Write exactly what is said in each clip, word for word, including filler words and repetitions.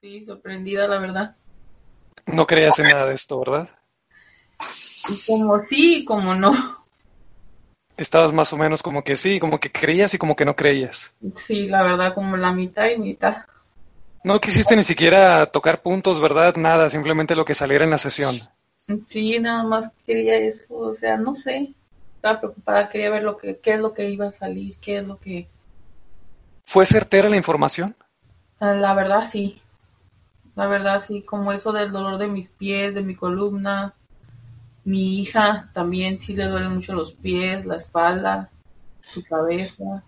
sí, sorprendida, la verdad. No creías en nada de esto, ¿verdad? Y como sí, como no. Estabas más o menos como que sí, como que creías y como que no creías. Sí, la verdad, como la mitad y mitad. No quisiste ni siquiera tocar puntos, ¿verdad? Nada, simplemente lo que saliera en la sesión. Sí, nada más quería eso, o sea, no sé. Estaba preocupada, quería ver lo que, qué es lo que iba a salir, qué es lo que... ¿Fue certera la información? Ah, la verdad, sí. La verdad, sí, como eso del dolor de mis pies, de mi columna. Mi hija también sí le duelen mucho los pies, la espalda, su cabeza.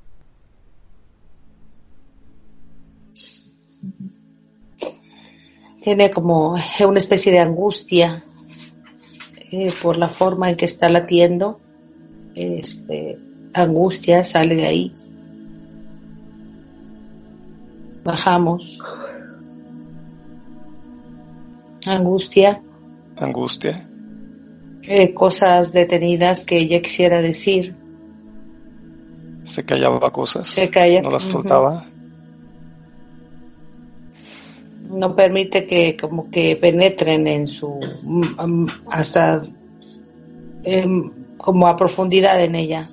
Tiene como una especie de angustia eh, por la forma en que está latiendo. Este, angustia sale de ahí. Bajamos. Angustia. Angustia. Eh, cosas detenidas que ella quisiera decir. Se callaba cosas. Se calla. No las Uh-huh. soltaba. No permite que como que penetren en su um, hasta um, como a profundidad en ella.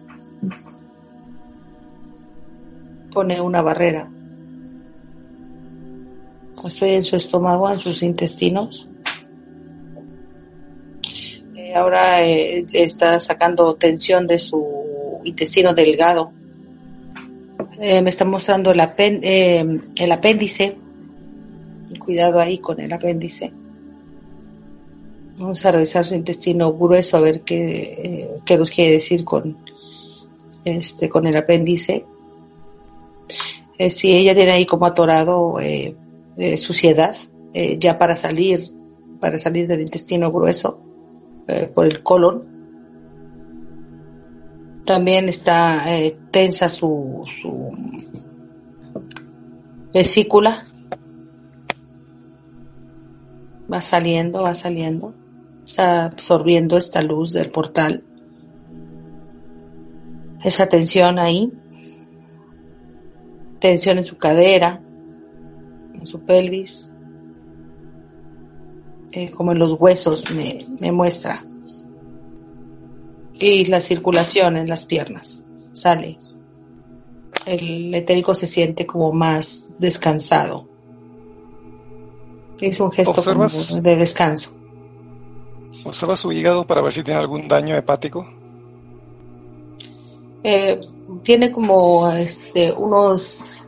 Pone una barrera. Estoy en su estómago, en sus intestinos. Eh, ahora eh, está sacando tensión de su intestino delgado. Eh, me está mostrando el, apén- eh, el apéndice. Cuidado ahí con el apéndice. Vamos a revisar su intestino grueso a ver qué, eh, qué nos quiere decir con, este, con el apéndice. Eh, si ella tiene ahí como atorado eh, eh, suciedad, eh, ya para salir, para salir del intestino grueso, eh, por el colon. También está eh, tensa su, su vesícula. Va saliendo, va saliendo. Está absorbiendo esta luz del portal. Esa tensión ahí. Tensión en su cadera, en su pelvis, eh, como en los huesos me, me muestra. Y la circulación en las piernas sale. El etérico se siente como más descansado. Es un gesto ¿Observas, como de descanso. ¿Observas su hígado para ver si tiene algún daño hepático? Eh, tiene como este unos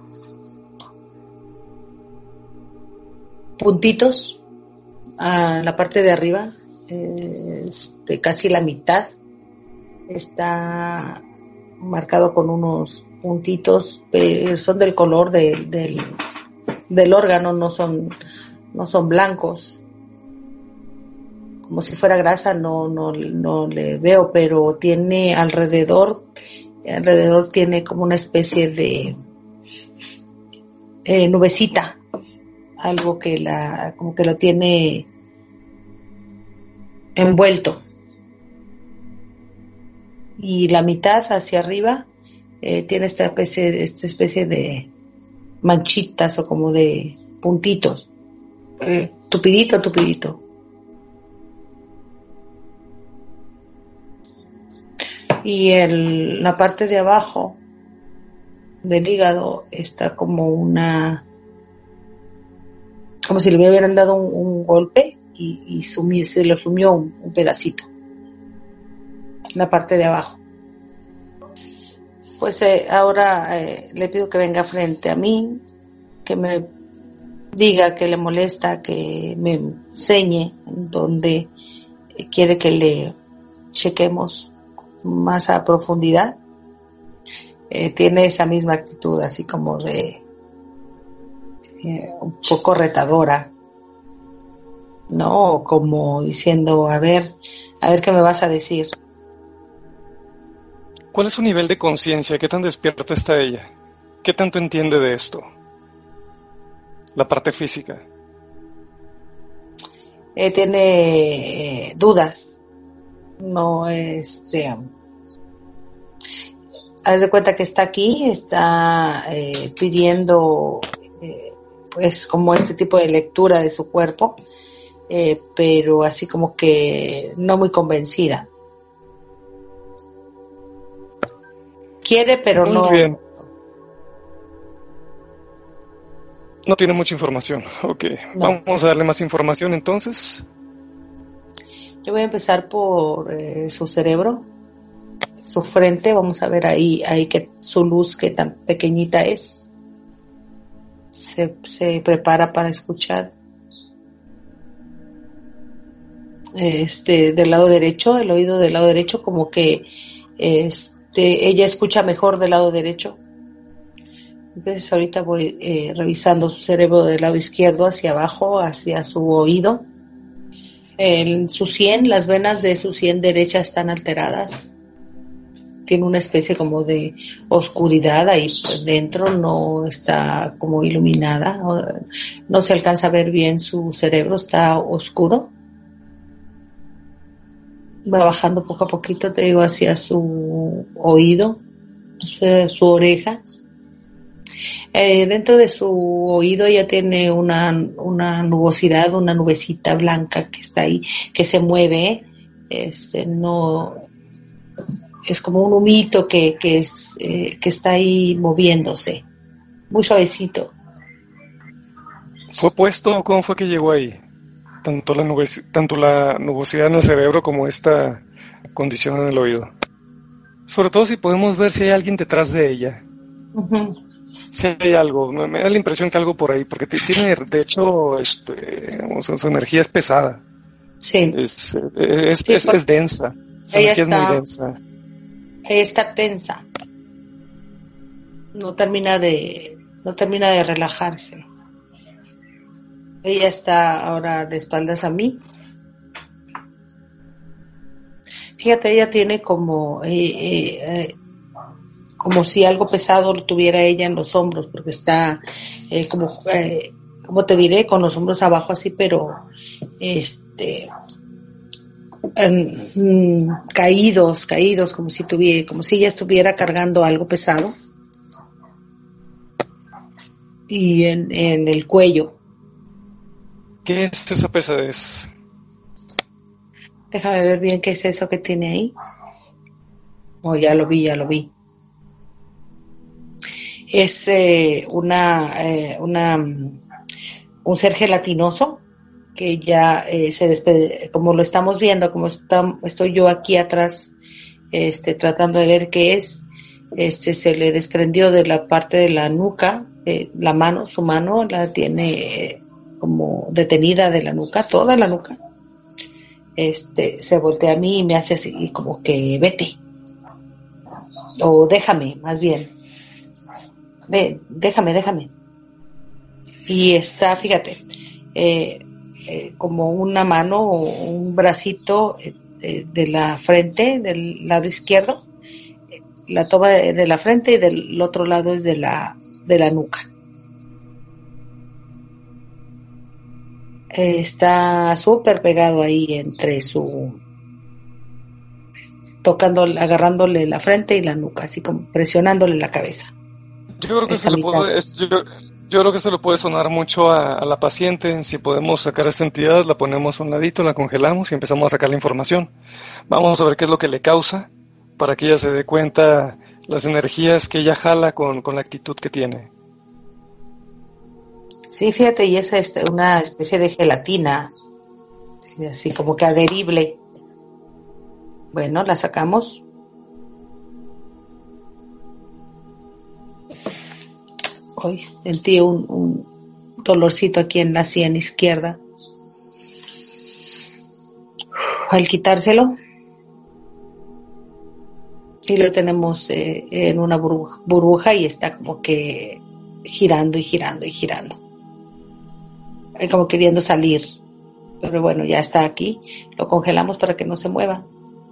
puntitos a la parte de arriba, eh, este, casi la mitad está marcado con unos puntitos, pero son del color de, del, del órgano, no son, no son blancos. Como si fuera grasa, no, no, no le veo, pero tiene alrededor, alrededor tiene como una especie de eh, nubecita, algo que la, como que lo tiene envuelto. Y la mitad hacia arriba eh, tiene esta especie, esta especie de manchitas o como de puntitos, eh, tupidito, tupidito. Y el, la parte de abajo del hígado está como una, como si le hubieran dado un, un golpe y, y sumió, se lo sumió un, un pedacito, la parte de abajo. Pues eh, ahora eh, le pido que venga frente a mí, que me diga que le molesta, que me enseñe donde quiere que le chequemos más a profundidad. Eh, tiene esa misma actitud así como de eh, un poco retadora, ¿no? Como diciendo, a ver, a ver qué me vas a decir. ¿Cuál es su nivel de conciencia? ¿Qué tan despierta está ella? ¿Qué tanto entiende de esto? La parte física. Eh, tiene eh, dudas. No, este... haz de cuenta que está aquí, está eh, pidiendo eh, es como este tipo de lectura de su cuerpo, eh, pero así como que no muy convencida. Quiere, pero Muy no. bien. No tiene mucha información. Ok, No. vamos a darle más información entonces. Yo voy a empezar por eh, su cerebro, su frente. Vamos a ver ahí, ahí que su luz, que tan pequeñita es. Se, se prepara para escuchar. Este, del lado derecho, el oído del lado derecho, como que este, ella escucha mejor del lado derecho. Entonces ahorita voy eh, revisando su cerebro del lado izquierdo hacia abajo, hacia su oído. En su sien, las venas de su sien derecha están alteradas. Tiene una especie como de oscuridad ahí dentro, no está como iluminada, no se alcanza a ver bien su cerebro, está oscuro. Va bajando poco a poquito, te digo, hacia su oído, su, su oreja. Eh, dentro de su oído ya tiene una, una nubosidad, una nubecita blanca que está ahí, que se mueve, este, no, es como un humito que, que, es, eh, que está ahí moviéndose, muy suavecito. ¿Fue puesto o cómo fue que llegó ahí? Tanto la, nubes, tanto la nubosidad en el cerebro como esta condición en el oído. Sobre todo si podemos ver si hay alguien detrás de ella. Uh-huh. Si hay algo, me, me da la impresión que algo por ahí, porque tiene, de hecho, este, su, su energía es pesada. Sí. Es, es, sí, es, es densa. Su ella energía está, es muy densa. Ella está tensa. No termina de, no termina de relajarse. Ella está ahora de espaldas a mí. Fíjate, ella tiene como, eh, eh, eh, como si algo pesado lo tuviera ella en los hombros, porque está eh, como, eh, como te diré, con los hombros abajo así, pero este, eh, caídos, caídos, como si tuviera, como si ella estuviera cargando algo pesado. Y en, en el cuello. ¿Qué es esa pesadez? Déjame ver bien qué es eso que tiene ahí. Oh, ya lo vi, ya lo vi. Es eh, una, eh, una, un ser gelatinoso que ya eh, se despede, como lo estamos viendo, como está, estoy yo aquí atrás, este, tratando de ver qué es. Este, se le desprendió de la parte de la nuca, eh, la mano, su mano la tiene eh, como detenida de la nuca, toda la nuca. Este, se voltea a mí y me hace así como que vete, o déjame, más bien, ve, déjame, déjame. Y está, fíjate, eh, eh, como una mano o un bracito eh, de, de la frente, del lado izquierdo, eh, la toma de, de la frente y del otro lado es de la, de la nuca. Eh, está súper pegado ahí entre su, tocando, agarrándole la frente y la nuca, así como presionándole la cabeza. Yo creo que se le puede, es, yo, yo creo que eso le puede sonar mucho a, a la paciente. Si podemos sacar esta entidad, la ponemos a un ladito, la congelamos y empezamos a sacar la información. Vamos a ver qué es lo que le causa para que ella se dé cuenta las energías que ella jala con, con la actitud que tiene. Sí, fíjate, y es este, una especie de gelatina, así como que adherible. Bueno, la sacamos. Hoy sentí un, un dolorcito aquí en la sien izquierda. Al quitárselo, y lo tenemos eh, en una burbuja, burbuja y está como que girando y girando y girando. Como queriendo salir, pero bueno, ya está aquí, lo congelamos para que no se mueva.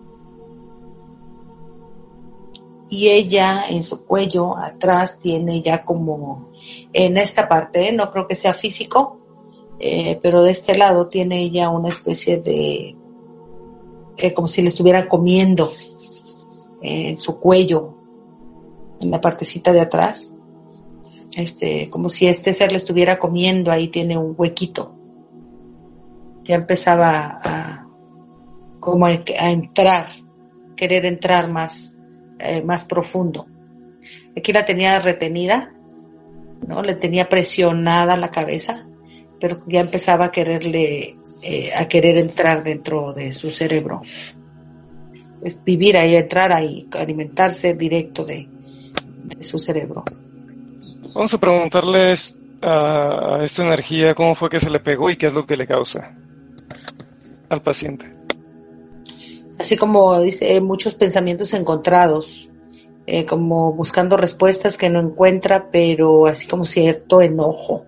Y ella en su cuello atrás tiene ya como en esta parte, ¿eh? No creo que sea físico, eh, pero de este lado tiene ella una especie de eh, como si le estuvieran comiendo eh, en su cuello, en la partecita de atrás. este, como si este ser le estuviera comiendo, ahí tiene un huequito. Ya empezaba a, como a, a entrar, querer entrar más, eh, más profundo. Aquí la tenía retenida, ¿no? Le tenía presionada la cabeza, pero ya empezaba a quererle, eh, a querer entrar dentro de su cerebro. Es vivir ahí, entrar ahí, alimentarse directo de, de su cerebro. Vamos a preguntarles a esta energía cómo fue que se le pegó y qué es lo que le causa al paciente. Así como dice, muchos pensamientos encontrados, eh, como buscando respuestas que no encuentra, pero así como cierto enojo.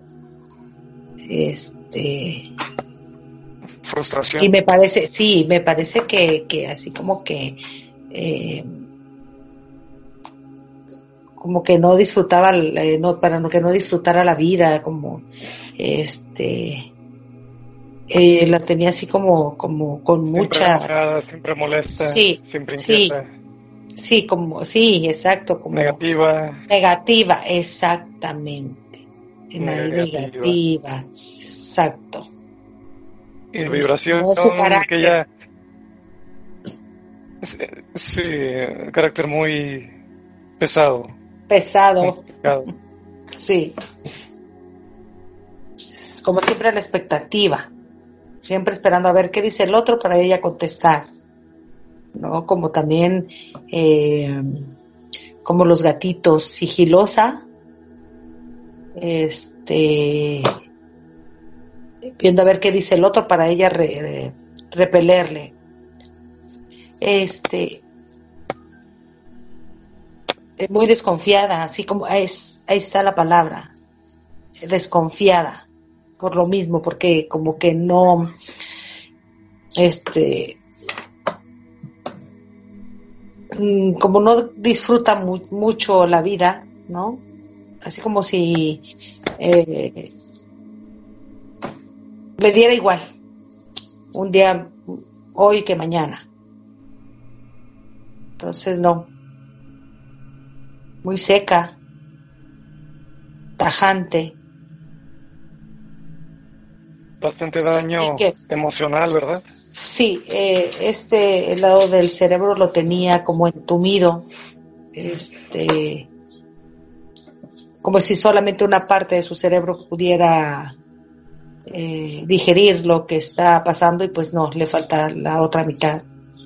Este... Frustración. Y me parece, sí, me parece que, que así como que... Eh, como que no disfrutaba, eh, no, para no, que no disfrutara la vida, como este eh, la tenía así como, como con siempre mucha enojada, siempre molesta, sí, siempre sí, inquieta, sí, como, sí, exacto, como negativa, negativa, exactamente, negativa, negativa, exacto. Y de vibración, no es su carácter. Que ella, sí, un carácter muy pesado. Pesado. Complicado. Sí. Como siempre a la expectativa. Siempre esperando a ver qué dice el otro para ella contestar. ¿No? Como también, eh, como los gatitos, sigilosa. Este. Viendo a ver qué dice el otro para ella re, re, repelerle. Este. Muy desconfiada, así como es, ahí está la palabra, desconfiada, por lo mismo, porque como que no, este, como no disfruta mu- mucho la vida, ¿no? Así como si eh, le diera igual, un día, hoy que mañana. Entonces no. Muy seca, tajante. Bastante daño que, emocional, ¿verdad? Sí, eh, este el lado del cerebro lo tenía como entumido, este, como si solamente una parte de su cerebro pudiera eh, digerir lo que está pasando y pues no, le falta la otra mitad.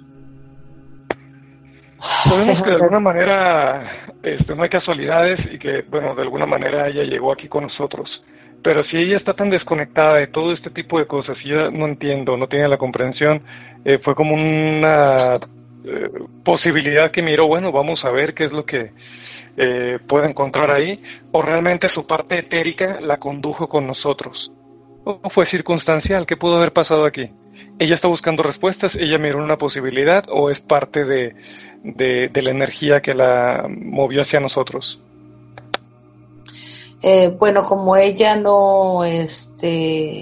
Sabemos que de alguna manera este, no hay casualidades y que, bueno, de alguna manera ella llegó aquí con nosotros. Pero si ella está tan desconectada de todo este tipo de cosas y yo no entiendo, no tiene la comprensión, eh, fue como una eh, posibilidad que miró, bueno, vamos a ver qué es lo que eh, puede encontrar ahí, o realmente su parte etérica la condujo con nosotros. ¿O fue circunstancial? ¿Qué pudo haber pasado aquí? ¿Ella está buscando respuestas? ¿Ella miró una posibilidad? ¿O es parte de, de, de la energía que la movió hacia nosotros? Eh, bueno, como ella no, este,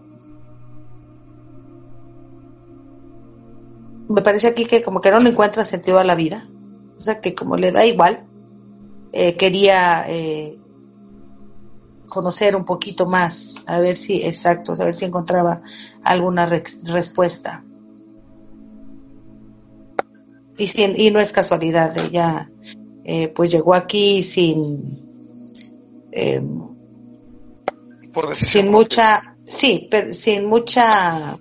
me parece aquí que como que no le encuentra sentido a la vida, o sea que como le da igual, eh, quería eh, conocer un poquito más, a ver si, exacto, a ver si encontraba alguna re- respuesta. Y, sin, y no es casualidad, ella eh, pues llegó aquí sin eh, Por decisión sin propia. mucha, sí, pero sin mucha,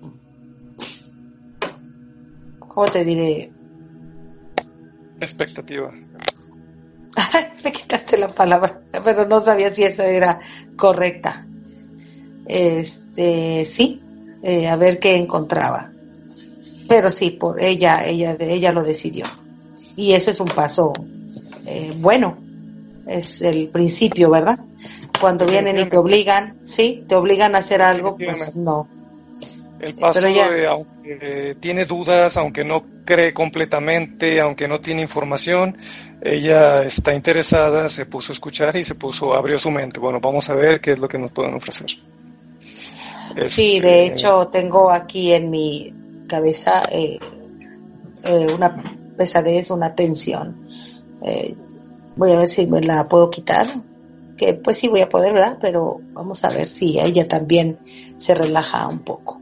¿cómo te diré? Expectativa. Me quitaste la palabra, pero no sabía si esa era correcta. Este, sí, eh, a ver qué encontraba. Pero sí, por ella, ella, ella lo decidió. Y eso es un paso eh, bueno. Es el principio, ¿verdad? Cuando vienen y te obligan, sí, te obligan a hacer algo, pues no. El paso Pero ella, de, aunque tiene dudas, aunque no cree completamente, aunque no tiene información, ella está interesada, se puso a escuchar y se puso, abrió su mente. Bueno, vamos a ver qué es lo que nos pueden ofrecer. Sí, Este... de hecho tengo aquí en mi cabeza eh, eh, una pesadez, una tensión. Eh, voy a ver si me la puedo quitar. que pues sí voy a poder, ¿verdad? Pero vamos a ver si ella también se relaja un poco.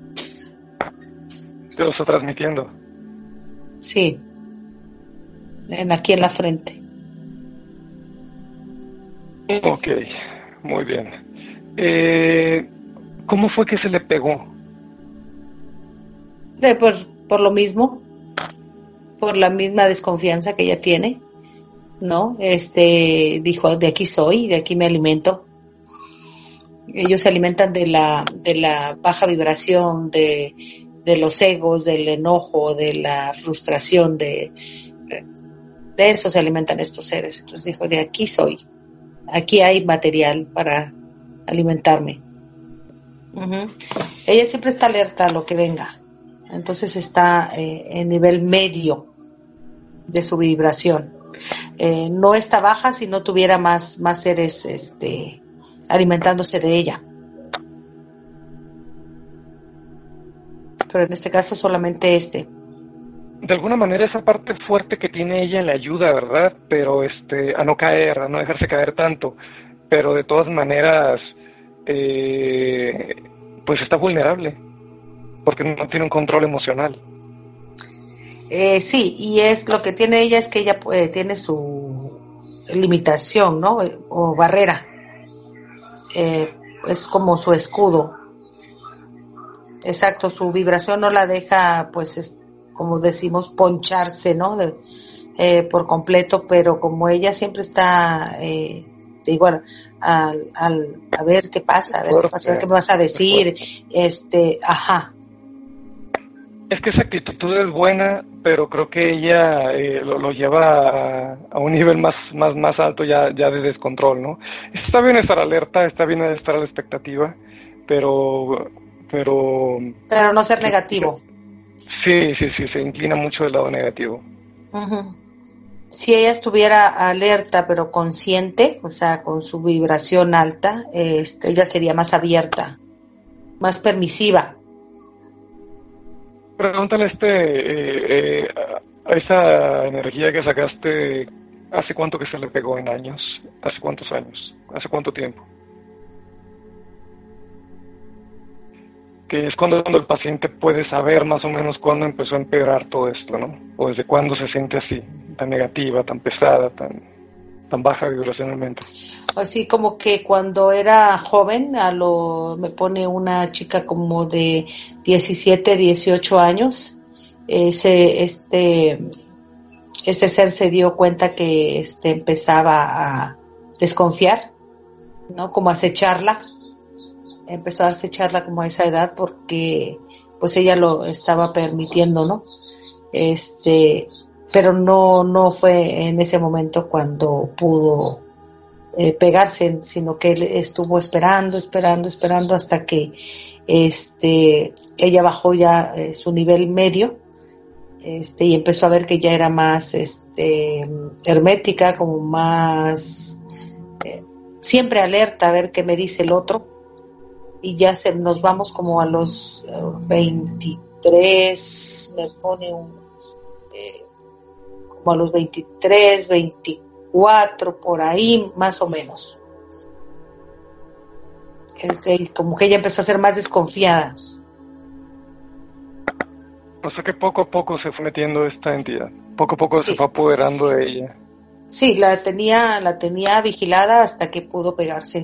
Te lo está transmitiendo. Sí, en, aquí en la frente. Ok, muy bien. Eh, ¿Cómo fue que se le pegó? Eh, por, por lo mismo, por la misma desconfianza que ella tiene, ¿no? Este, dijo, de aquí soy, de aquí me alimento. Ellos se alimentan de la, de la baja vibración, de, de los egos, del enojo, de la frustración, de, de eso se alimentan estos seres. Entonces dijo, de aquí soy, aquí hay material para alimentarme. Uh-huh. Ella siempre está alerta a lo que venga, entonces está eh, en nivel medio de su vibración. Eh, no está baja si no tuviera más, más seres este, alimentándose de ella. Pero en este caso solamente este. De alguna manera esa parte fuerte que tiene ella le ayuda, ¿verdad? Pero este, a no caer, a no dejarse caer tanto. Pero de todas maneras, eh, pues está vulnerable, porque no tiene un control emocional. Eh, sí, y es lo que tiene ella es que ella eh, tiene su limitación, ¿no? O barrera. Eh, es como su escudo. Exacto, su vibración no la deja, pues, es, como decimos, poncharse, ¿no? De, eh, por completo, pero como ella siempre está, eh, igual, al, al, a ver qué pasa, a ver qué pasa, a ver qué me vas a decir, este, ajá. Es que esa actitud es buena, pero creo que ella eh, lo, lo lleva a, a un nivel más, más, más alto ya, ya de descontrol, ¿no? Está bien estar alerta, está bien estar a la expectativa, pero, pero. Pero no ser negativo. Sí, sí, sí, se inclina mucho del lado negativo. Uh-huh. Si ella estuviera alerta pero consciente, o sea, con su vibración alta, este, ella sería más abierta, más permisiva. Pregúntale este, eh, eh, a esa energía que sacaste, ¿hace cuánto que se le pegó en años? ¿Hace cuántos años? ¿Hace cuánto tiempo? Que es cuando, cuando el paciente puede saber más o menos cuándo empezó a empeorar todo esto, ¿no? O desde cuándo se siente así, tan negativa, tan pesada, tan, tan baja vibracionalmente. Así como que cuando era joven, a lo me pone una chica como de diecisiete, dieciocho años, ese este ese ser se dio cuenta que este empezaba a desconfiar, ¿no? Como a acecharla. Empezó a acecharla como a esa edad porque pues ella lo estaba permitiendo, ¿no? Este, pero no no fue en ese momento cuando pudo eh, pegarse, sino que él estuvo esperando, esperando, esperando hasta que este ella bajó ya eh, su nivel medio, este, y empezó a ver que ya era más este hermética, como más eh, siempre alerta a ver qué me dice el otro. Y ya se, nos vamos como a los uh, veintitrés, me pone un, eh, como a los veintitrés, veinticuatro, por ahí, más o menos. Este, como que ella empezó a ser más desconfiada. O sea que poco a poco se fue metiendo esta entidad, poco a poco Sí. se fue apoderando de ella. Sí, la tenía, la tenía vigilada hasta que pudo pegarse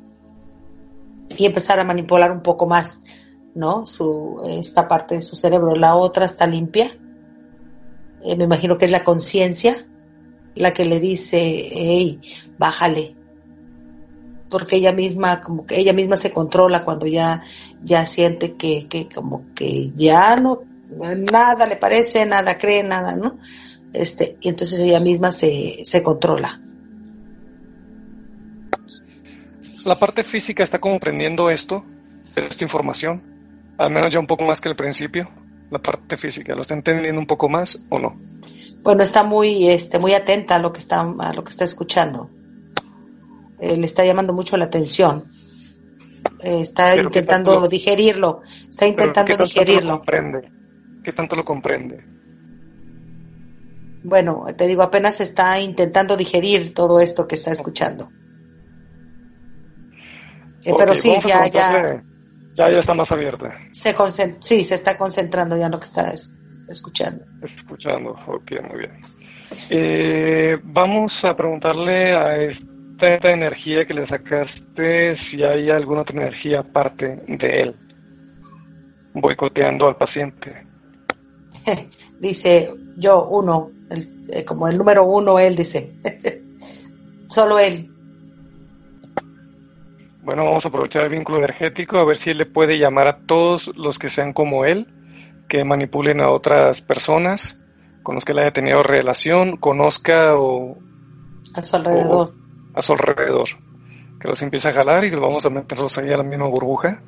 y empezar a manipular un poco más, ¿no? Su, esta parte de su cerebro. La otra está limpia. Eh, me imagino que es la conciencia la que le dice, hey, bájale. Porque ella misma, como que ella misma se controla cuando ya, ya siente que, que como que ya no, nada le parece, nada cree, nada, ¿no? Este, y entonces ella misma se, se controla. La parte física está comprendiendo esto, esta información, al menos ya un poco más que al principio. La parte física, ¿lo está entendiendo un poco más o no? Bueno, está muy, este, muy atenta a lo que está, a lo que está escuchando. Eh, le está llamando mucho la atención. Eh, está Pero intentando lo, digerirlo. Está intentando pero ¿qué tanto digerirlo. Lo comprende? ¿Qué tanto lo comprende? Bueno, te digo, apenas está intentando digerir todo esto que está escuchando. Eh, pero Ok, sí, vamos a ya, ya, preguntarle. Ya, ya está más abierta. se concent- sí, se está concentrando ya en lo que está es- escuchando. Escuchando. Ok, muy bien. Eh, vamos a preguntarle a esta, esta energía que le sacaste si hay alguna otra energía aparte de él, boicoteando al paciente. Dice yo, uno, el- eh, como el número uno, él dice, solo él. Bueno, vamos a aprovechar el vínculo energético a ver si él le puede llamar a todos los que sean como él, que manipulen a otras personas con los que él haya tenido relación, conozca o, A su o alrededor. a su alrededor. Que los empiece a jalar y los vamos a meterlos ahí a la misma burbuja.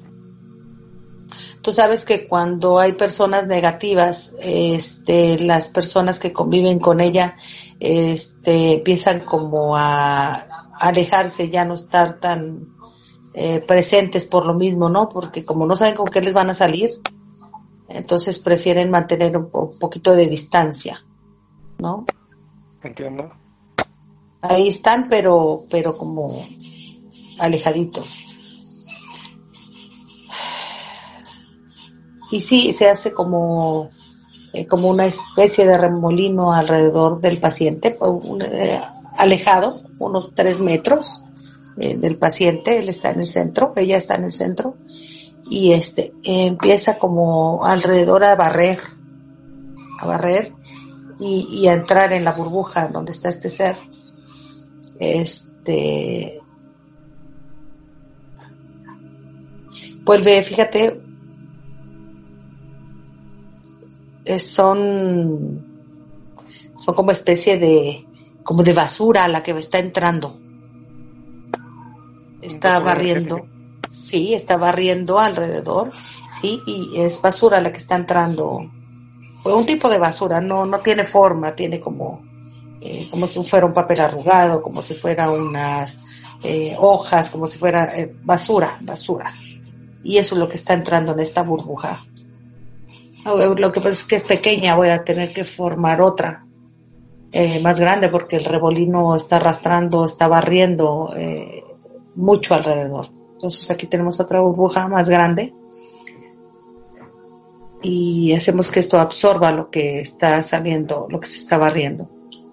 Tú sabes que cuando hay personas negativas, este, las personas que conviven con ella, este, empiezan como a alejarse, ya no estar tan eh, presentes por lo mismo, ¿no? Porque como no saben con qué les van a salir, entonces prefieren mantener un, po- poquito de distancia, ¿no? Entiendo. Ahí están, pero, pero como alejaditos. Y sí, se hace como, eh, como una especie de remolino alrededor del paciente, un, eh, alejado, unos tres metros eh, del paciente. Él está en el centro, ella está en el centro, y este eh, empieza como alrededor a barrer, a barrer y, y a entrar en la burbuja donde está este ser. Este vuelve, fíjate, eh, son son como especie de como de basura a la que está entrando. Está barriendo, sí, está barriendo alrededor, sí, y es basura la que está entrando. Un tipo de basura, no, no tiene forma, tiene como, eh, como si fuera un papel arrugado, como si fuera unas eh, hojas, como si fuera eh, basura, basura. Y eso es lo que está entrando en esta burbuja. Lo que pasa es que es pequeña, voy a tener que formar otra eh, más grande porque el remolino está arrastrando, está barriendo eh, mucho alrededor. Entonces aquí tenemos otra burbuja más grande y hacemos que esto absorba lo que está saliendo, lo que se está barriendo.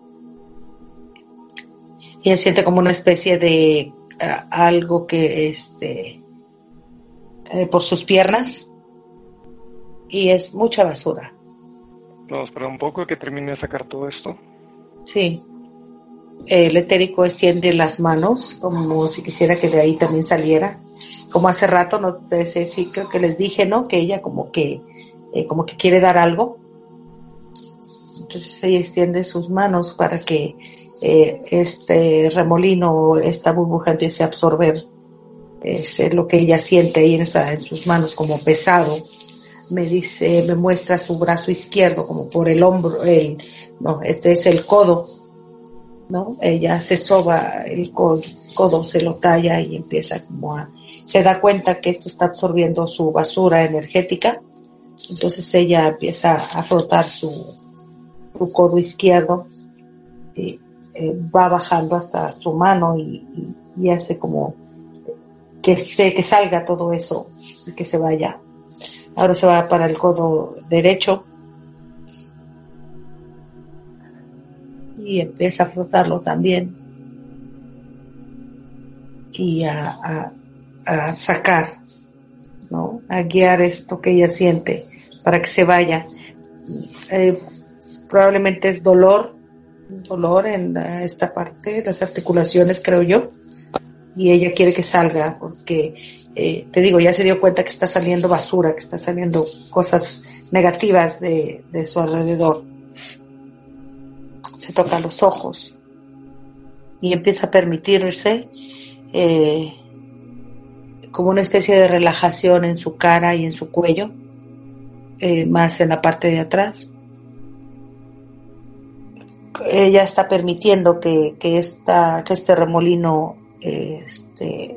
Y se siente como una especie de uh, algo que este eh, por sus piernas y es mucha basura. Vamos a esperar un poco que termine de sacar todo esto. Sí. El etérico extiende las manos como si quisiera que de ahí también saliera. Como hace rato, no sé si creo que les dije, ¿no? Que ella como que eh, como que quiere dar algo. Entonces ella extiende sus manos para que eh, este remolino, esta burbuja empiece a absorber es lo que ella siente ahí en, esa, en sus manos como pesado. Me dice, me muestra su brazo izquierdo como por el hombro, el, no, este es el codo, ¿no? Ella se soba el codo, codo, se lo talla y empieza como a, se da cuenta que esto está absorbiendo su basura energética, entonces ella empieza a frotar su, su codo izquierdo y eh, va bajando hasta su mano y, y, y hace como que, se, que salga todo eso y que se vaya. Ahora se va para el codo derecho y empieza a frotarlo también y a, a, a sacar, ¿no? A guiar esto que ella siente para que se vaya. Eh, probablemente es dolor, dolor en esta parte, las articulaciones, creo yo, y ella quiere que salga porque eh, te digo, ya se dio cuenta que está saliendo basura, que está saliendo cosas negativas de, de su alrededor. Se toca los ojos y empieza a permitirse eh, como una especie de relajación en su cara y en su cuello, eh, más en la parte de atrás. Ella está permitiendo que, que, esta, que este remolino eh, este,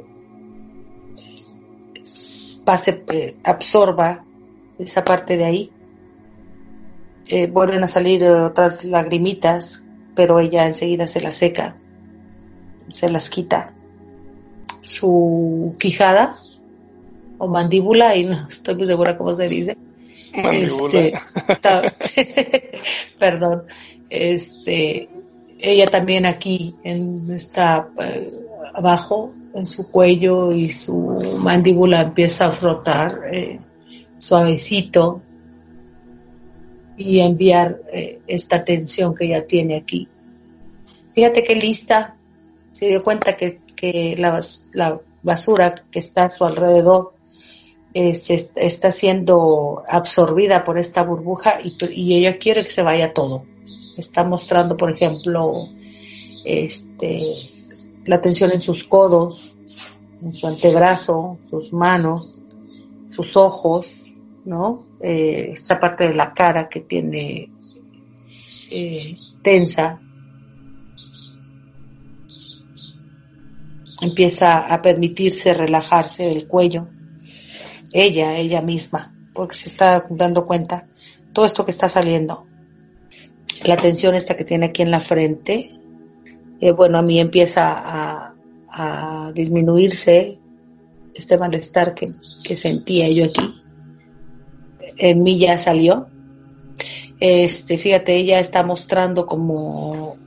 pase, eh, absorba esa parte de ahí. Eh, vuelven a salir otras lagrimitas, pero ella enseguida se las seca, se las quita, su quijada o mandíbula, y no estoy muy segura cómo se dice. Mandíbula. Este, ta, perdón. Este, ella también aquí en, está eh, abajo en su cuello, y su mandíbula empieza a frotar eh, suavecito y a enviar eh, esta tensión que ella tiene aquí. Fíjate qué lista, se dio cuenta que, que la, la basura que está a su alrededor eh, se está siendo absorbida por esta burbuja, y, y ella quiere que se vaya todo. Está mostrando, por ejemplo, este, la tensión en sus codos, en su antebrazo, sus manos, sus ojos, ¿no? Eh, esta parte de la cara que tiene eh, tensa. Empieza a permitirse relajarse del cuello. Ella, ella misma, porque se está dando cuenta todo esto que está saliendo. La tensión esta que tiene aquí en la frente, eh, bueno, a mí empieza a, a disminuirse este malestar que, que sentía yo aquí. En mí ya salió. Este, fíjate, ella está mostrando como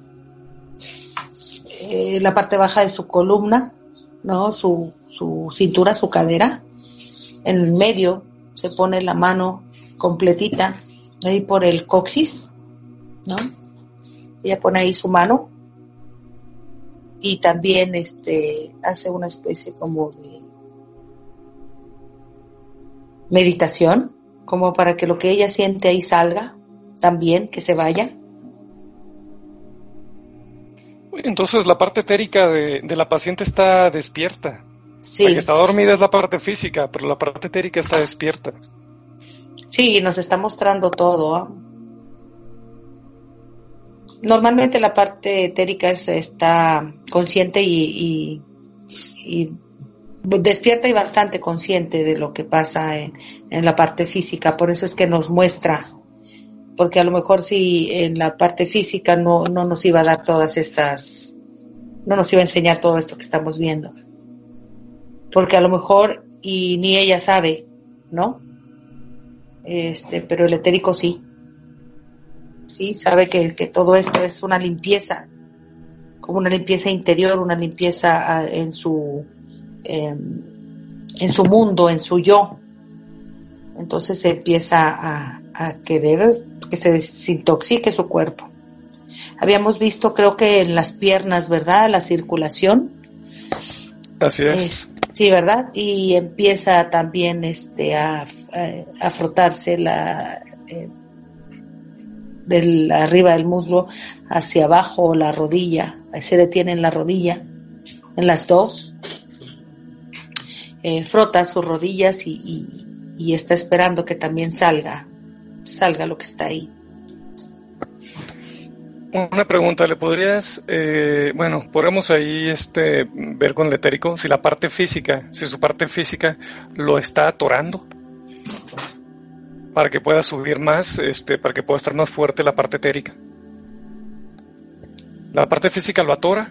eh, la parte baja de su columna, ¿no? Su, su cintura, su cadera. En el medio se pone la mano completita ahí por el coxis, ¿no? Ella pone ahí su mano y también este hace una especie como de meditación, como para que lo que ella siente ahí salga también, que se vaya. Entonces la parte etérica de, de la paciente está despierta. Sí. La que está dormida es la parte física, pero la parte etérica está despierta. Sí, nos está mostrando todo, ¿eh? Normalmente la parte etérica es, está consciente y, y, y despierta y bastante consciente de lo que pasa en, en la parte física. Por eso es que nos muestra, porque a lo mejor si en la parte física no, no nos iba a dar todas estas, no nos iba a enseñar todo esto que estamos viendo, porque a lo mejor y ni ella sabe, ¿no? Este, pero el etérico sí. Sí, sabe que, que todo esto es una limpieza, como una limpieza interior, una limpieza uh, en su eh, en su mundo, en su yo. Entonces se empieza a, a querer que se desintoxique su cuerpo. Habíamos visto, creo que en las piernas, ¿verdad? La circulación. Así es. Eh, sí, ¿verdad? Y empieza también este a, a, a frotarse la eh, del arriba del muslo hacia abajo, la rodilla, se detiene en la rodilla, en las dos, eh, frota sus rodillas y, y, y está esperando que también salga, salga lo que está ahí. Una pregunta, ¿le podrías, eh, bueno, podemos ahí este ver con el etérico si la parte física, si su parte física lo está atorando? Para que pueda subir más, este, para que pueda estar más fuerte la parte etérica. ¿La parte física lo atora?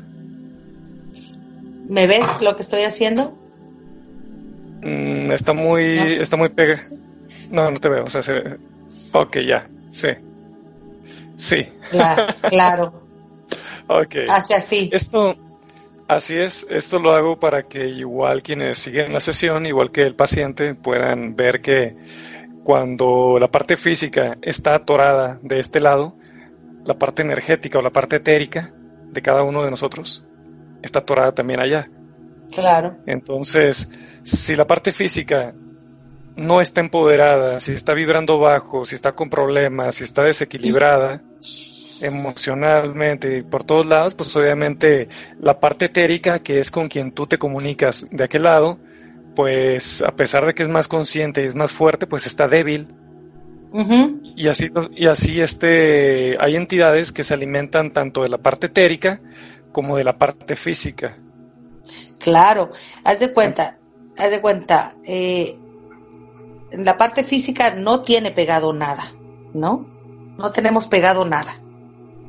¿Me ves lo que estoy haciendo? Mm, está muy, no. está muy pega. No, no te veo, o sea, se ve. Ok, ya, sí. Sí. Claro, claro. Ok. Hace así. Esto, así es, esto lo hago para que igual quienes siguen la sesión, igual que el paciente, puedan ver que cuando la parte física está atorada de este lado, la parte energética o la parte etérica de cada uno de nosotros está atorada también allá. Claro. Entonces, si la parte física no está empoderada, si está vibrando bajo, si está con problemas, si está desequilibrada emocionalmente y por todos lados, pues obviamente la parte etérica, que es con quien tú te comunicas de aquel lado, pues a pesar de que es más consciente y es más fuerte, pues está débil. Uh-huh. Y así, y así este, hay entidades que se alimentan tanto de la parte etérica como de la parte física. Claro, haz de cuenta, haz de cuenta, eh, en la parte física no tiene pegado nada, ¿no? No tenemos pegado nada.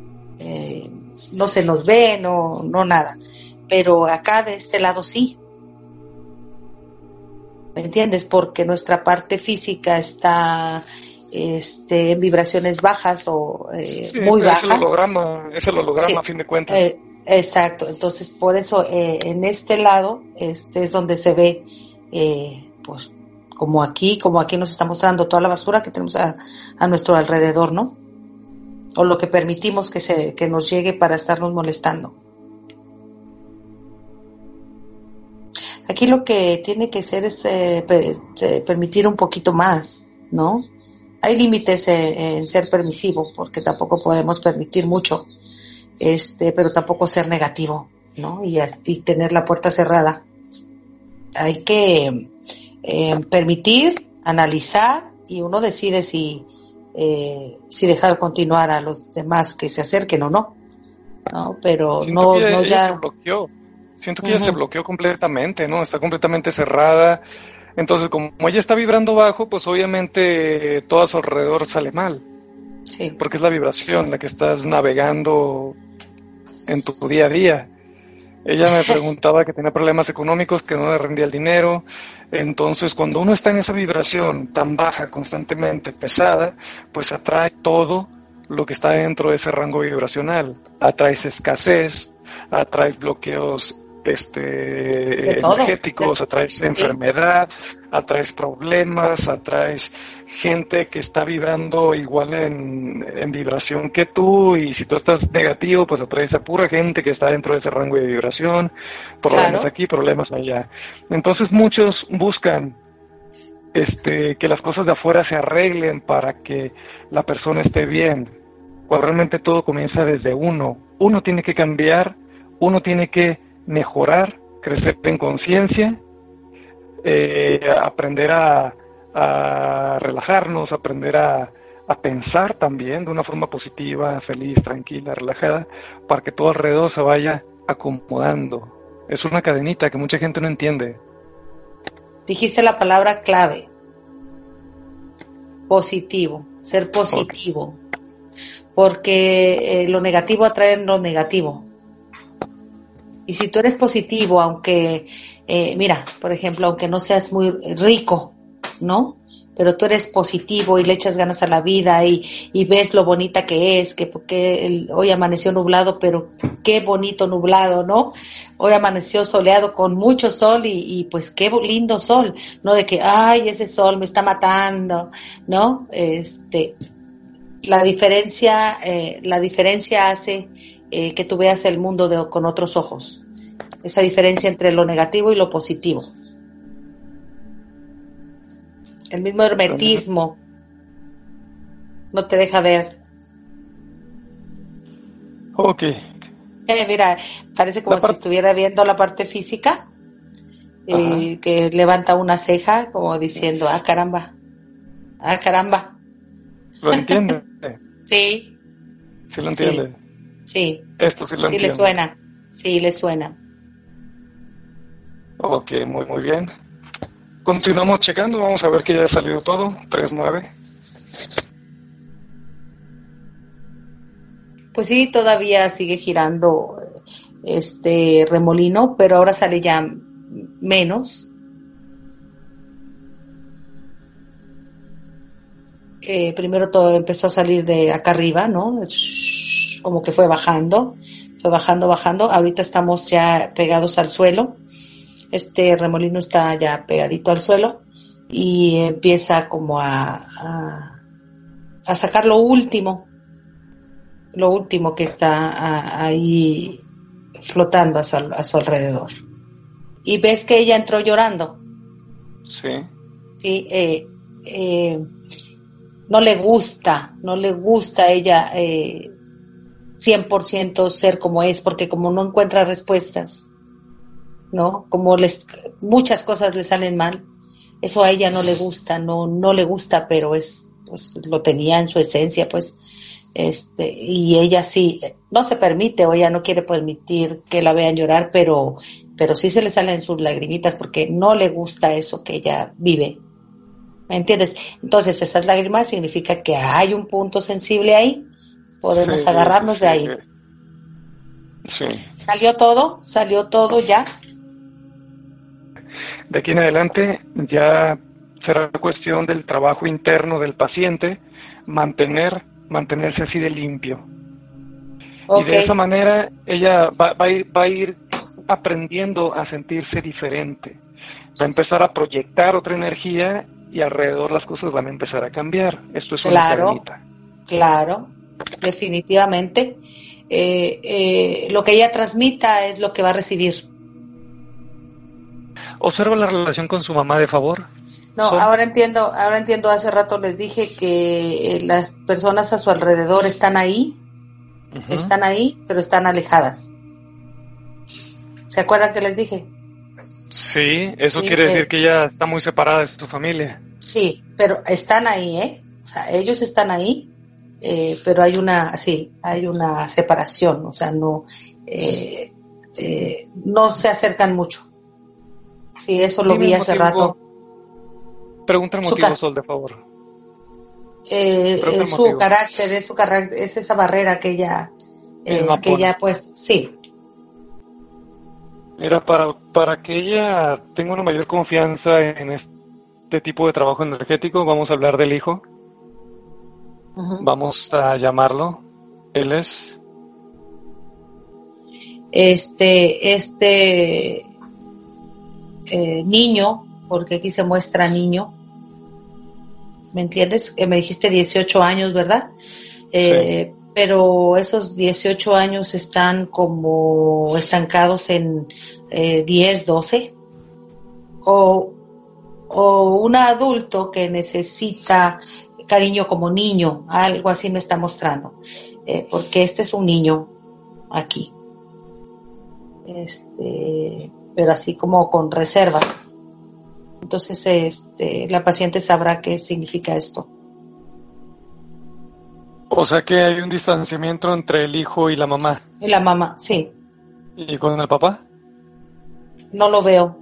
Eh, no se nos ve, no, no nada. Pero acá de este lado sí. ¿me entiendes? Porque nuestra parte física está este, en vibraciones bajas o eh, Sí, muy es el bajas. holograma, es el holograma Sí, a fin de cuentas. eh, exacto. Entonces, por eso eh, en este lado este es donde se ve, eh, pues, como aquí, como aquí nos está mostrando toda la basura que tenemos a, a nuestro alrededor, ¿no? O lo que permitimos que se que nos llegue para estarnos molestando. Aquí lo que tiene que ser es eh, pe- eh, permitir un poquito más, ¿no? Hay límites eh, en ser permisivo, porque tampoco podemos permitir mucho, este, pero tampoco ser negativo, ¿no? Y, y tener la puerta cerrada. Hay que eh, permitir, analizar, y uno decide si, eh, si dejar continuar a los demás que se acerquen o no, ¿no? Pero Siento que no, no ella, ella se ya. bloqueó, siento que ella se Uh-huh. bloqueó completamente, ¿no? Está completamente cerrada. Entonces, como ella está vibrando bajo, pues obviamente todo a su alrededor sale mal. Sí. Porque es la vibración la que estás navegando en tu día a día. Ella me preguntaba que tenía problemas económicos, que no le rendía el dinero. Entonces, cuando uno está en esa vibración tan baja, constantemente pesada, pues atrae todo lo que está dentro de ese rango vibracional. Atraes escasez, atraes bloqueos este, energéticos, atraes enfermedad, atraes problemas, atraes gente que está vibrando igual en, en vibración que tú, y si tú estás negativo, pues atraes a pura gente que está dentro de ese rango de vibración, problemas Claro. aquí, problemas allá. Entonces muchos buscan este, que las cosas de afuera se arreglen para que la persona esté bien, cuando realmente todo comienza desde uno. Uno tiene que cambiar, uno tiene que mejorar, crecer en conciencia, eh, aprender a, a relajarnos, aprender a, a pensar también de una forma positiva, feliz, tranquila, relajada, para que todo alrededor se vaya acomodando. Es una cadenita que mucha gente no entiende. Dijiste la palabra clave. Positivo, ser positivo. Okay. Porque eh, lo negativo atrae lo negativo. Y si tú eres positivo, aunque, eh, mira, por ejemplo, aunque no seas muy rico, ¿no? Pero tú eres positivo y le echas ganas a la vida y, y ves lo bonita que es, que porque el, hoy amaneció nublado, pero qué bonito nublado, ¿no? Hoy amaneció soleado con mucho sol y, y pues qué lindo sol, no de que, ay, ese sol me está matando, ¿no? Este, la diferencia, eh, la diferencia hace eh, que tú veas el mundo de, con otros ojos. Esa diferencia entre lo negativo y lo positivo. El mismo hermetismo no te deja ver. Ok. Eh, mira, parece como par- si estuviera viendo la parte física, eh, que levanta una ceja como diciendo, ah, caramba, ah, caramba. ¿Lo entiende? Sí. ¿Sí lo entiende? Sí. Esto sí lo sí entiende. le suena, sí le suena. Ok, muy, muy bien. Continuamos checando, vamos a ver que ya ha salido todo, tres nueve. Pues sí, todavía sigue girando este remolino, pero ahora sale ya menos. Eh, primero todo empezó a salir de acá arriba, ¿no? Como que fue bajando, fue bajando, bajando. Ahorita estamos ya pegados al suelo. Este remolino está ya pegadito al suelo y empieza como a, a, a sacar lo último, lo último que está a, ahí flotando a su, a su alrededor. Y ves que ella entró llorando. Sí. Sí, eh, eh, no le gusta, no le gusta a ella eh, cien por ciento ser como es, porque como no encuentra respuestas, ¿no? Como les muchas cosas le salen mal, eso a ella no le gusta, no no le gusta, pero es pues lo tenía en su esencia, pues este y ella sí no se permite o ella no quiere permitir que la vean llorar, pero pero sí se le salen sus lagrimitas porque no le gusta eso que ella vive. ¿Me entiendes? Entonces esas lágrimas significa que hay un punto sensible ahí, podemos sí, agarrarnos sí, de ahí. Sí. ¿Salió todo? ¿Salió todo ya? De aquí en adelante ya será cuestión del trabajo interno del paciente, mantener, mantenerse así de limpio. Okay. Y de esa manera ella va, va, a ir, va a ir aprendiendo a sentirse diferente. Va a empezar a proyectar otra energía y alrededor las cosas van a empezar a cambiar. Esto es una cadenita. Claro, definitivamente. Eh, eh, lo que ella transmita es lo que va a recibir. ¿Observa la relación con su mamá de favor? No, ¿Son? ahora entiendo, ahora entiendo, hace rato les dije que eh, las personas a su alrededor están ahí, uh-huh. están ahí, pero están alejadas. ¿Se acuerdan que les dije? Sí, eso sí, quiere eh, decir que ella está muy separada de su familia. Sí, pero están ahí, ¿eh? O sea, ellos están ahí, eh, pero hay una, sí, hay una separación, o sea, no, eh, eh, no se acercan mucho. Sí, eso lo vi hace rato. Pregunta el motivo, Sol, de favor. Eh, es su carácter, es su carácter, es esa barrera que ella, eh, que ella ha puesto. Sí. Mira, para, para que ella tenga una mayor confianza en este tipo de trabajo energético, vamos a hablar del hijo. Uh-huh. Vamos a llamarlo. Él es. Este, este eh, niño, porque aquí se muestra niño. ¿Me entiendes? Me dijiste dieciocho años, ¿verdad? Eh, sí. Pero esos dieciocho años están como estancados en eh, diez, doce. O, o un adulto que necesita cariño como niño, algo así me está mostrando. Eh, porque este es un niño aquí. Este, pero así como con reservas. Entonces, este, la paciente sabrá qué significa esto. O sea que hay un distanciamiento entre el hijo y la mamá. Y la mamá, sí. ¿Y con el papá? No lo veo.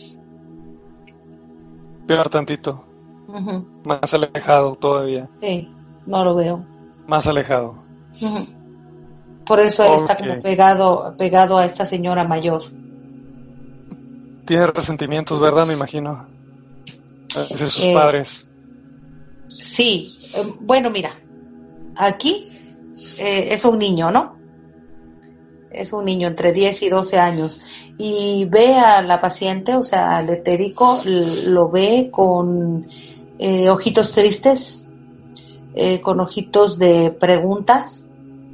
Peor tantito. Uh-huh. Más alejado todavía. Sí, no lo veo. Más alejado. Uh-huh. Por eso él okay. está como pegado, pegado a esta señora mayor. Tiene resentimientos, ¿verdad? Me imagino. Hacia sus eh, padres. Sí. Eh, bueno, mira. Aquí eh, es un niño, ¿no? Es un niño entre diez y doce años. Y ve a la paciente, o sea, al etérico, lo ve con eh, ojitos tristes, eh, con ojitos de preguntas.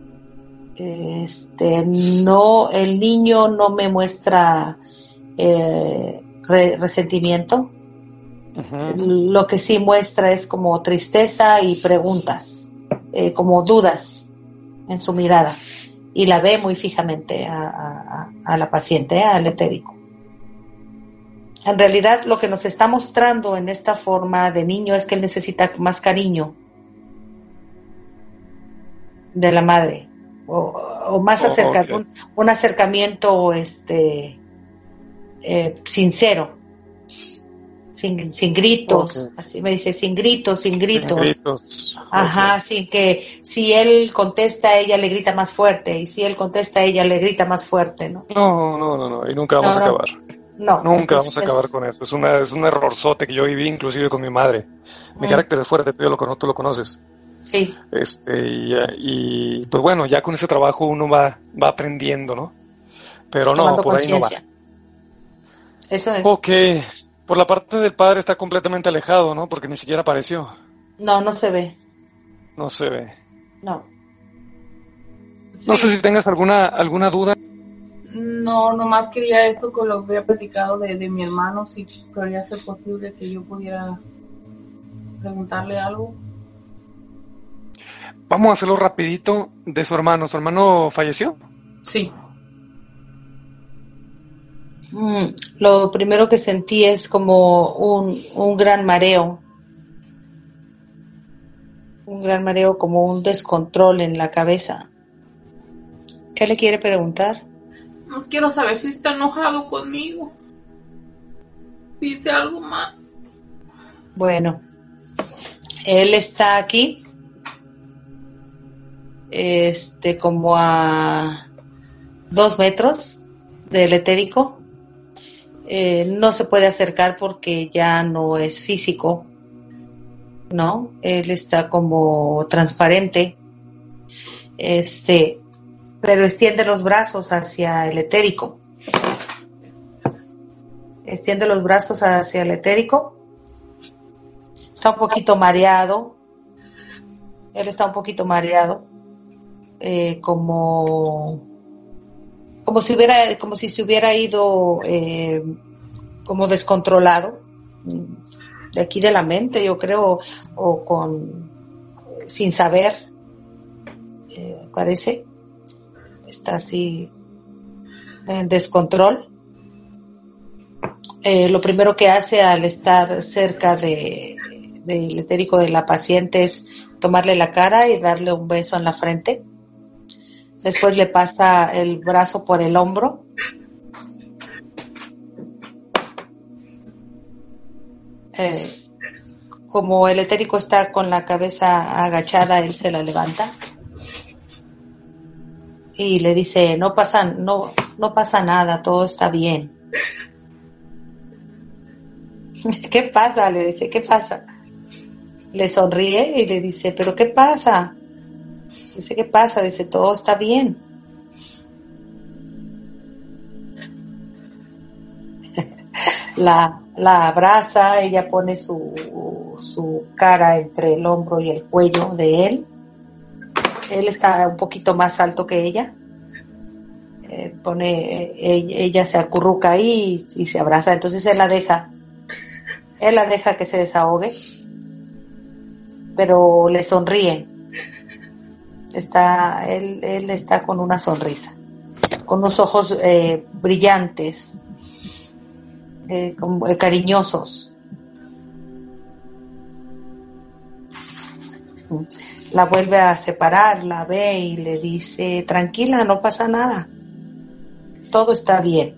Este, no, el niño no me muestra eh, re, resentimiento. Uh-huh. Lo que sí muestra es como tristeza y preguntas. Eh, como dudas en su mirada y la ve muy fijamente a, a, a la paciente, ¿eh? Al etérico. En realidad lo que nos está mostrando en esta forma de niño es que él necesita más cariño de la madre o, o más oh, acerca, okay. un, un acercamiento este eh, sincero. Sin, sin gritos, okay. Así me dice, sin gritos, sin gritos. Sin gritos. Ajá, okay. Sin que si él contesta, ella le grita más fuerte, y si él contesta, ella le grita más fuerte, ¿no? No, no, no, no, y nunca vamos no, a acabar. No. Nunca vamos a acabar es... con eso. Es, una, es un errorzote que yo viví inclusive con mi madre. Mi mm. carácter es fuerte, tú lo, tú lo conoces. Sí. Este, y, y pues bueno, ya con ese trabajo uno va, va aprendiendo, ¿no? Pero no, Tomando por ahí no va. Eso es. Ok. Por la parte del padre está completamente alejado, ¿no? Porque ni siquiera apareció. No, no se ve. No se ve. No. No sí. sé si tengas alguna alguna duda. No, nomás quería eso con lo que había platicado de, de mi hermano, si podría ser posible que yo pudiera preguntarle algo. Vamos a hacerlo rapidito de su hermano. ¿Su hermano falleció? Sí. Mm, lo primero que sentí es como un, un gran mareo, un gran mareo, como un descontrol en la cabeza. ¿Qué le quiere preguntar? No quiero saber si está enojado conmigo, dice algo más. Bueno, él está aquí, este, como a dos metros del etérico. eh, no se puede acercar porque ya no es físico, ¿no? Él está como transparente, este, pero extiende los brazos hacia el etérico. Extiende los brazos hacia el etérico. Está un poquito mareado. Él está un poquito mareado, eh, como, como si hubiera, como si se hubiera ido, eh, como descontrolado de aquí de la mente, yo creo, o con, sin saber, eh, parece, está así en descontrol. Eh, lo primero que hace al estar cerca de del etérico de la paciente es tomarle la cara y darle un beso en la frente. Después le pasa el brazo por el hombro. Eh, como el etérico está con la cabeza agachada, él se la levanta y le dice, no pasa, no, no pasa nada, todo está bien. ¿Qué pasa? Le dice, ¿qué pasa? Le sonríe y le dice, ¿pero qué pasa? Dice, ¿qué pasa? Dice, todo está bien. La, la abraza, ella pone su, su cara entre el hombro y el cuello de él. Él está un poquito más alto que ella. Eh, pone, ella, ella se acurruca ahí y, y se abraza. Entonces él la deja, él la deja que se desahogue, pero le sonríe. Está, él, él está con una sonrisa, con unos ojos eh, brillantes, eh, como, eh, cariñosos. La vuelve a separar, la ve y le dice, tranquila, no pasa nada, todo está bien,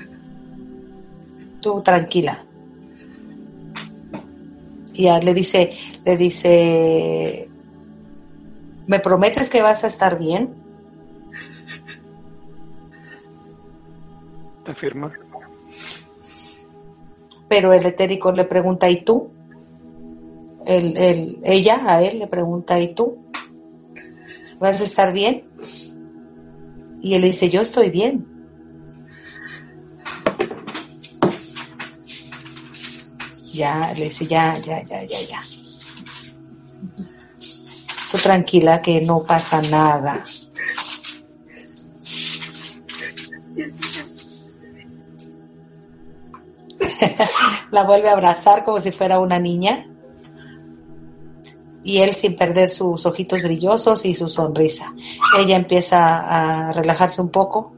tú tranquila. Y ya le dice, le dice, ¿me prometes que vas a estar bien? Afirma. Pero el etérico le pregunta, ¿y tú? El, el, ella a él le pregunta, ¿y tú? ¿Vas a estar bien? Y él le dice, yo estoy bien. Ya, le dice, ya, ya, ya, ya, ya. Tú tranquila que no pasa nada. La vuelve a abrazar como si fuera una niña. Y él sin perder sus ojitos brillosos y su sonrisa. Ella empieza a relajarse un poco.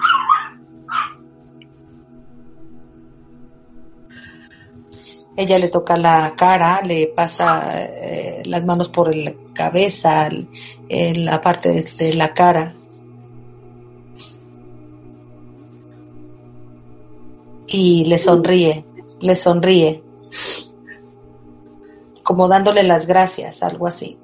Ella le toca la cara, le pasa eh, las manos por la cabeza, en la parte de, de la cara. Y le sonríe, le sonríe. Como dándole las gracias, algo así.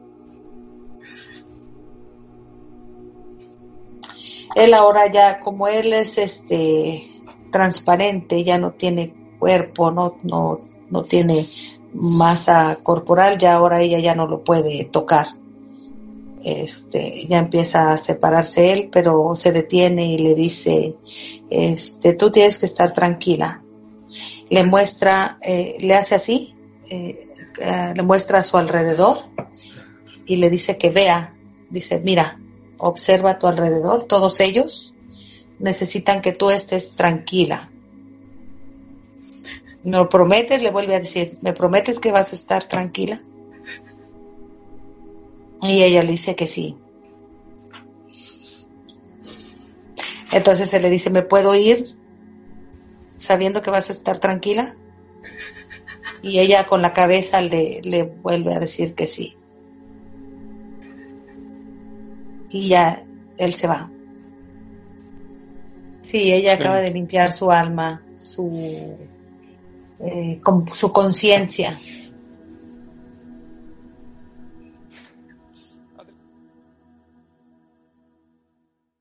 Él ahora ya, como él es este transparente, ya no tiene cuerpo, no, no, no tiene masa corporal, ya ahora ella ya no lo puede tocar. Este, ya empieza a separarse él, pero se detiene y le dice, este, tú tienes que estar tranquila. Le muestra, eh, le hace así, eh, eh, le muestra a su alrededor y le dice que vea, dice, mira, observa a tu alrededor, todos ellos necesitan que tú estés tranquila. ¿Me lo prometes? Le vuelve a decir, ¿me prometes que vas a estar tranquila? Y ella le dice que sí. Entonces él le dice, ¿me puedo ir sabiendo que vas a estar tranquila? Y ella con la cabeza le, le vuelve a decir que sí. Y ya él se va. Sí, ella sí. Acaba de limpiar su alma, su, eh, con, su conciencia.